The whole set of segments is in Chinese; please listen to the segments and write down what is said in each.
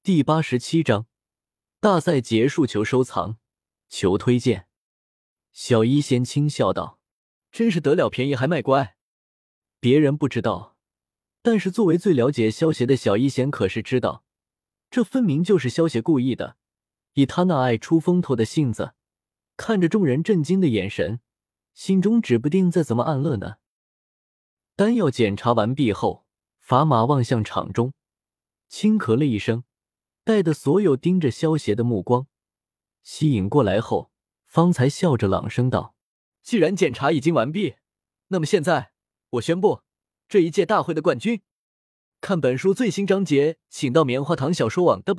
第87章大赛结束，求收藏，求推荐。小医仙轻笑道：真是得了便宜还卖乖。别人不知道，但是作为最了解萧协的小医仙可是知道，这分明就是萧协故意的。以他那爱出风头的性子，看着众人震惊的眼神，心中指不定再怎么暗乐呢。丹药检查完毕后，法码望向场中，轻咳了一声，带得所有盯着萧协的目光吸引过来后，方才笑着朗声道：既然检查已经完毕，那么现在我宣布这一届大会的冠军。看本书最新章节，请到棉花糖小说网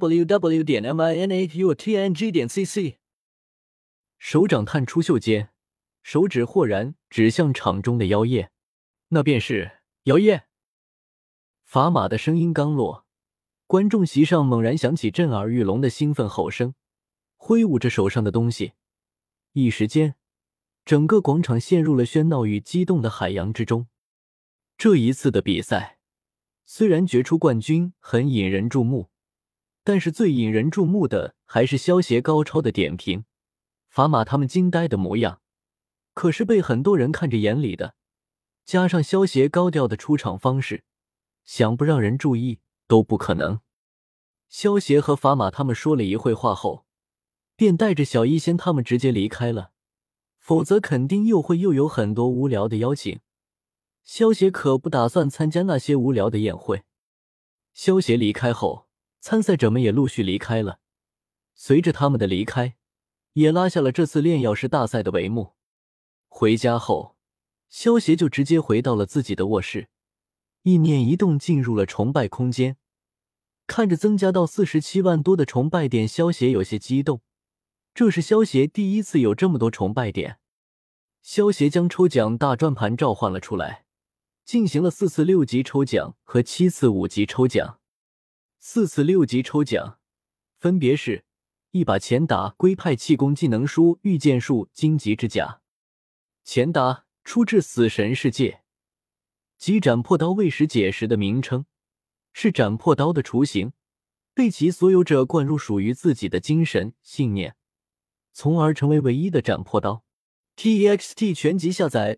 www.minatutng.cc。 手掌探出袖间，手指豁然指向场中的妖夜，那便是妖夜。法码的声音刚落，观众席上猛然响起震耳欲聋的兴奋吼声，挥舞着手上的东西，一时间整个广场陷入了喧闹与激动的海洋之中。这一次的比赛虽然决出冠军很引人注目，但是最引人注目的还是萧协高超的点评。法码他们惊呆的模样可是被很多人看着眼里的，加上萧协高调的出场方式，想不让人注意都不可能。萧协和法码他们说了一会话后，便带着小医仙他们直接离开了，否则肯定又有很多无聊的邀请。萧协可不打算参加那些无聊的宴会。萧协离开后，参赛者们也陆续离开了，随着他们的离开，也拉下了这次炼药师大赛的帷幕。回家后，萧协就直接回到了自己的卧室，意念一动进入了崇拜空间。看着增加到47万多的崇拜点，萧协有些激动，这是萧协第一次有这么多崇拜点。萧协将抽奖大转盘召唤了出来，进行了4次6级抽奖和7次5级抽奖。4次6级抽奖分别是一把钱达龟派气功技能书御剑术荆棘之甲。钱达出自死神世界，即斩破刀未时解时的名称，是斩破刀的雏形，被其所有者灌入属于自己的精神信念，从而成为唯一的斩破刀。TXT 全集下载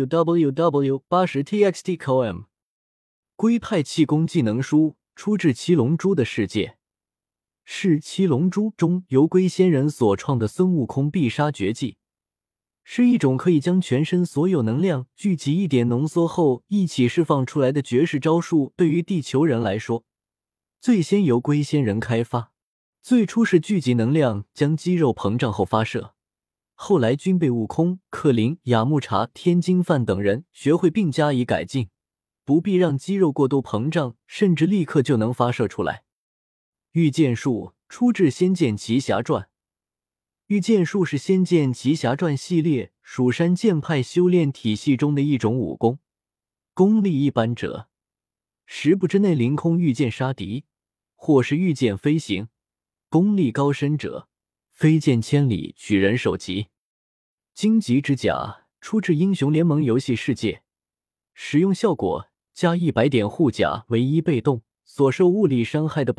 www.80txt.com。 龟派气功技能书出自七龙珠的世界，是七龙珠中由龟仙人所创的孙悟空必杀绝技，是一种可以将全身所有能量聚集一点浓缩后一起释放出来的绝世招数。对于地球人来说，最先由龟仙人开发，最初是聚集能量将肌肉膨胀后发射，后来均被悟空、克林、雅木茶、天津饭等人学会并加以改进，不必让肌肉过度膨胀，甚至立刻就能发射出来。御剑术出自《仙剑奇侠传》，御剑术是《仙剑奇侠传》系列蜀山剑派修炼体系中的一种武功，功力一般者10步之内凌空御剑杀敌，或是御剑飞行；功力高深者飞剑千里取人首级。荆棘之甲出自英雄联盟游戏世界，使用效果加100点护甲为1被动，所受物理伤害的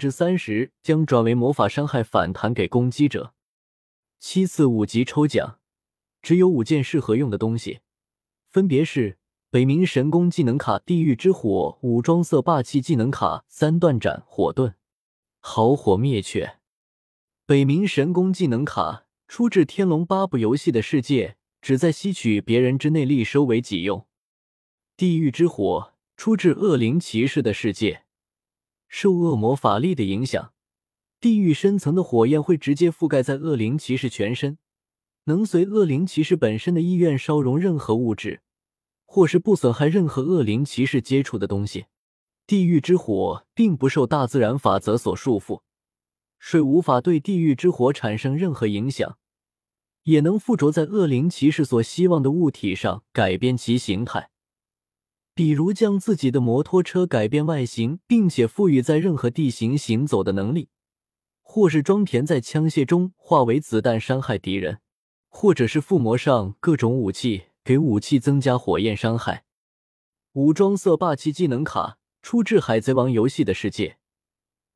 30% 将转为魔法伤害返弹给攻击者。7次5级抽奖只有5件适合用的东西，分别是北冥神功技能卡、地狱之火武装色霸气技能卡、3段斩火盾、好火灭却。北冥神功技能卡出自天龙八部游戏的世界，只在吸取别人之内力收为己用。地狱之火出自恶灵骑士的世界，受恶魔法力的影响，地狱深层的火焰会直接覆盖在恶灵骑士全身，能随恶灵骑士本身的意愿烧融任何物质，或是不损害任何恶灵骑士接触的东西。地狱之火并不受大自然法则所束缚，水无法对地狱之火产生任何影响，也能附着在恶灵骑士所希望的物体上改变其形态，比如将自己的摩托车改变外形，并且赋予在任何地形行走的能力，或是装填在枪械中化为子弹伤害敌人，或者是附魔上各种武器，给武器增加火焰伤害。武装色霸气技能卡出自海贼王游戏的世界，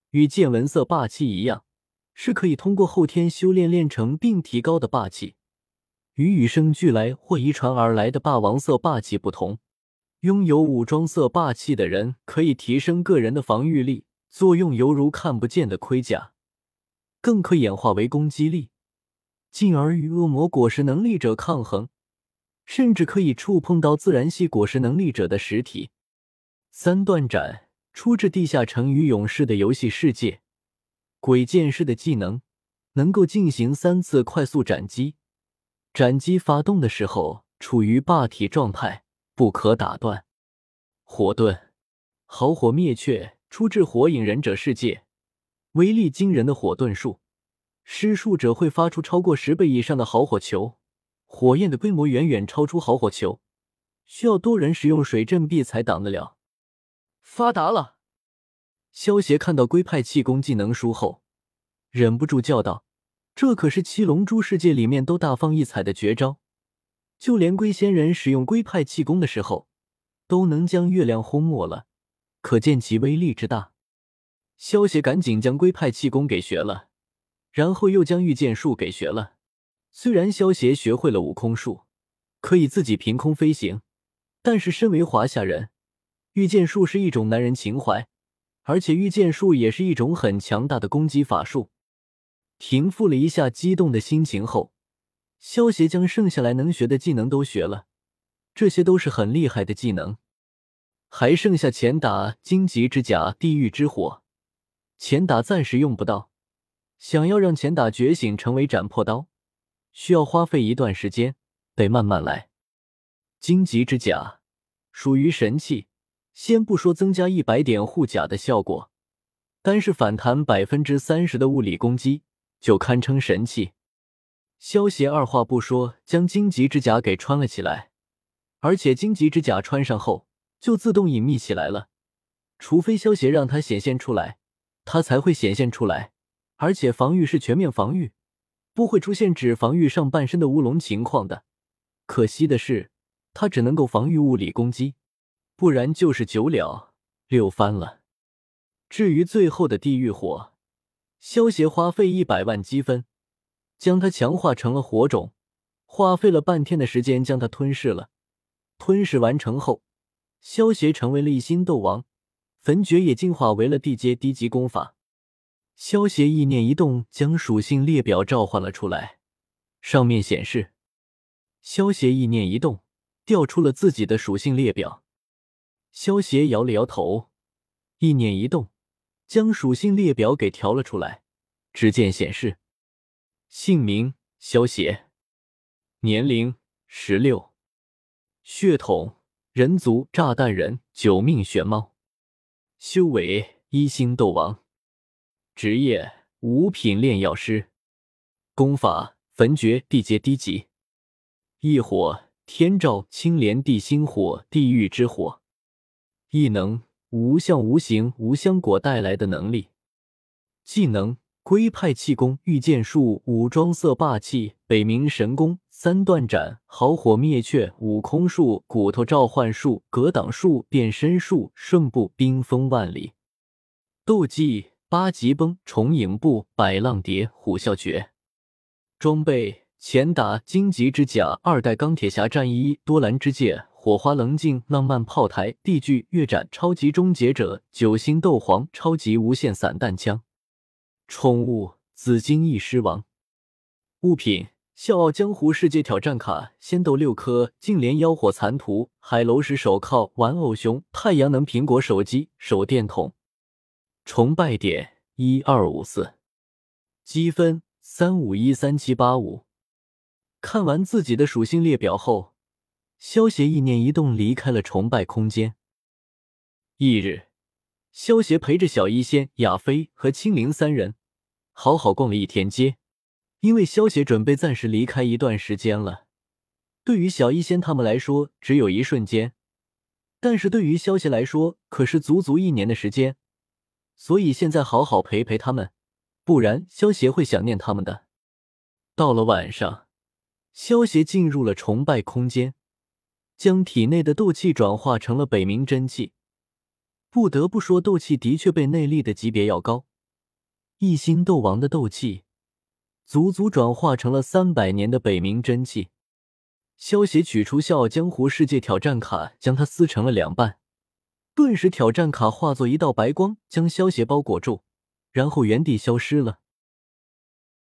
与见闻色霸气一样，是可以通过后天修炼练成并提高的霸气。与与生俱来或遗传而来的霸王色霸气不同，拥有武装色霸气的人可以提升个人的防御力，作用犹如看不见的盔甲，更可演化为攻击力，进而与恶魔果实能力者抗衡，甚至可以触碰到自然系果实能力者的实体。三段斩出自地下城与勇士的游戏世界，鬼剑士的技能能够进行3次快速斩击，斩击发动的时候处于霸体状态，不可打断。火盾好火灭却出自火影忍者世界，威力惊人的火盾术，施术者会发出超过10倍以上的好火球，火焰的规模远远超出好火球，需要多人使用水阵壁才挡得了。发达了！萧协看到龟派气功技能书后，忍不住叫道：“这可是七龙珠世界里面都大放异彩的绝招，就连龟仙人使用龟派气功的时候，都能将月亮轰没了，可见其威力之大。”萧协赶紧将龟派气功给学了，然后又将御剑术给学了。虽然萧协学会了悟空术，可以自己凭空飞行，但是身为华夏人，御剑术是一种男人情怀，而且御剑术也是一种很强大的攻击法术。平复了一下激动的心情后，萧协将剩下来能学的技能都学了，这些都是很厉害的技能。还剩下前打荆棘之甲、地狱之火，前打暂时用不到，想要让前打觉醒成为斩破刀，需要花费一段时间，得慢慢来。荆棘之甲属于神器，先不说增加100点护甲的效果，单是反弹 30% 的物理攻击就堪称神器。萧协二话不说将荆棘之甲给穿了起来，而且荆棘之甲穿上后就自动隐秘起来了，除非萧协让它显现出来，它才会显现出来，而且防御是全面防御，不会出现只防御上半身的乌龙情况的。可惜的是，它只能够防御物理攻击，不然就是9了6番了。至于最后的地狱火，萧协花费100万积分将它强化成了火种，花费了半天的时间将它吞噬了。吞噬完成后，萧协成为了一星斗王，焚诀也进化为了地阶低级功法。萧协意念一动，将属性列表召唤了出来，上面显示萧协意念一动，调出了自己的属性列表。萧协摇了摇头，意念一动，将属性列表给调了出来。只见显示姓名萧协，年龄16，血统人族炸弹人9命玄猫，修为1星斗王，职业五品炼药师，功法焚诀地阶低级，异火天照青莲地心火地狱之火，异能无相无形无香果带来的能力，技能龟派气功御剑术武装色霸气北冥神功三段斩好火灭却悟空术骨头召唤术格挡术变身术瞬步冰封万里，斗技八极崩重影步百浪蝶虎啸诀，装备前打荆棘之甲2代钢铁侠战衣多兰之戒火花棱镜浪漫炮台地剧月斩超级终结者9星斗皇超级无限散弹枪，宠物紫金翼狮王，物品笑傲江湖世界挑战卡仙豆6颗净莲妖火残图海楼石手铐玩偶熊太阳能苹果手机手电筒，崇拜点1254，积分351375。看完自己的属性列表后，萧协意念一动离开了崇拜空间。翌日，萧协陪着小医仙、亚飞和青灵3人好好逛了一天街，因为萧协准备暂时离开一段时间了。对于小医仙他们来说只有一瞬间，但是对于萧协来说可是足足1年的时间，所以现在好好陪陪他们，不然萧协会想念他们的。到了晚上，萧协进入了崇拜空间，将体内的斗气转化成了北冥真气。不得不说，斗气的确被内力的级别要高， 一星斗王的斗气足足转化成了300年的北冥真气。萧协取出笑傲江湖世界挑战卡，将它撕成了2半，顿时挑战卡化作一道白光，将萧协包裹住，然后原地消失了。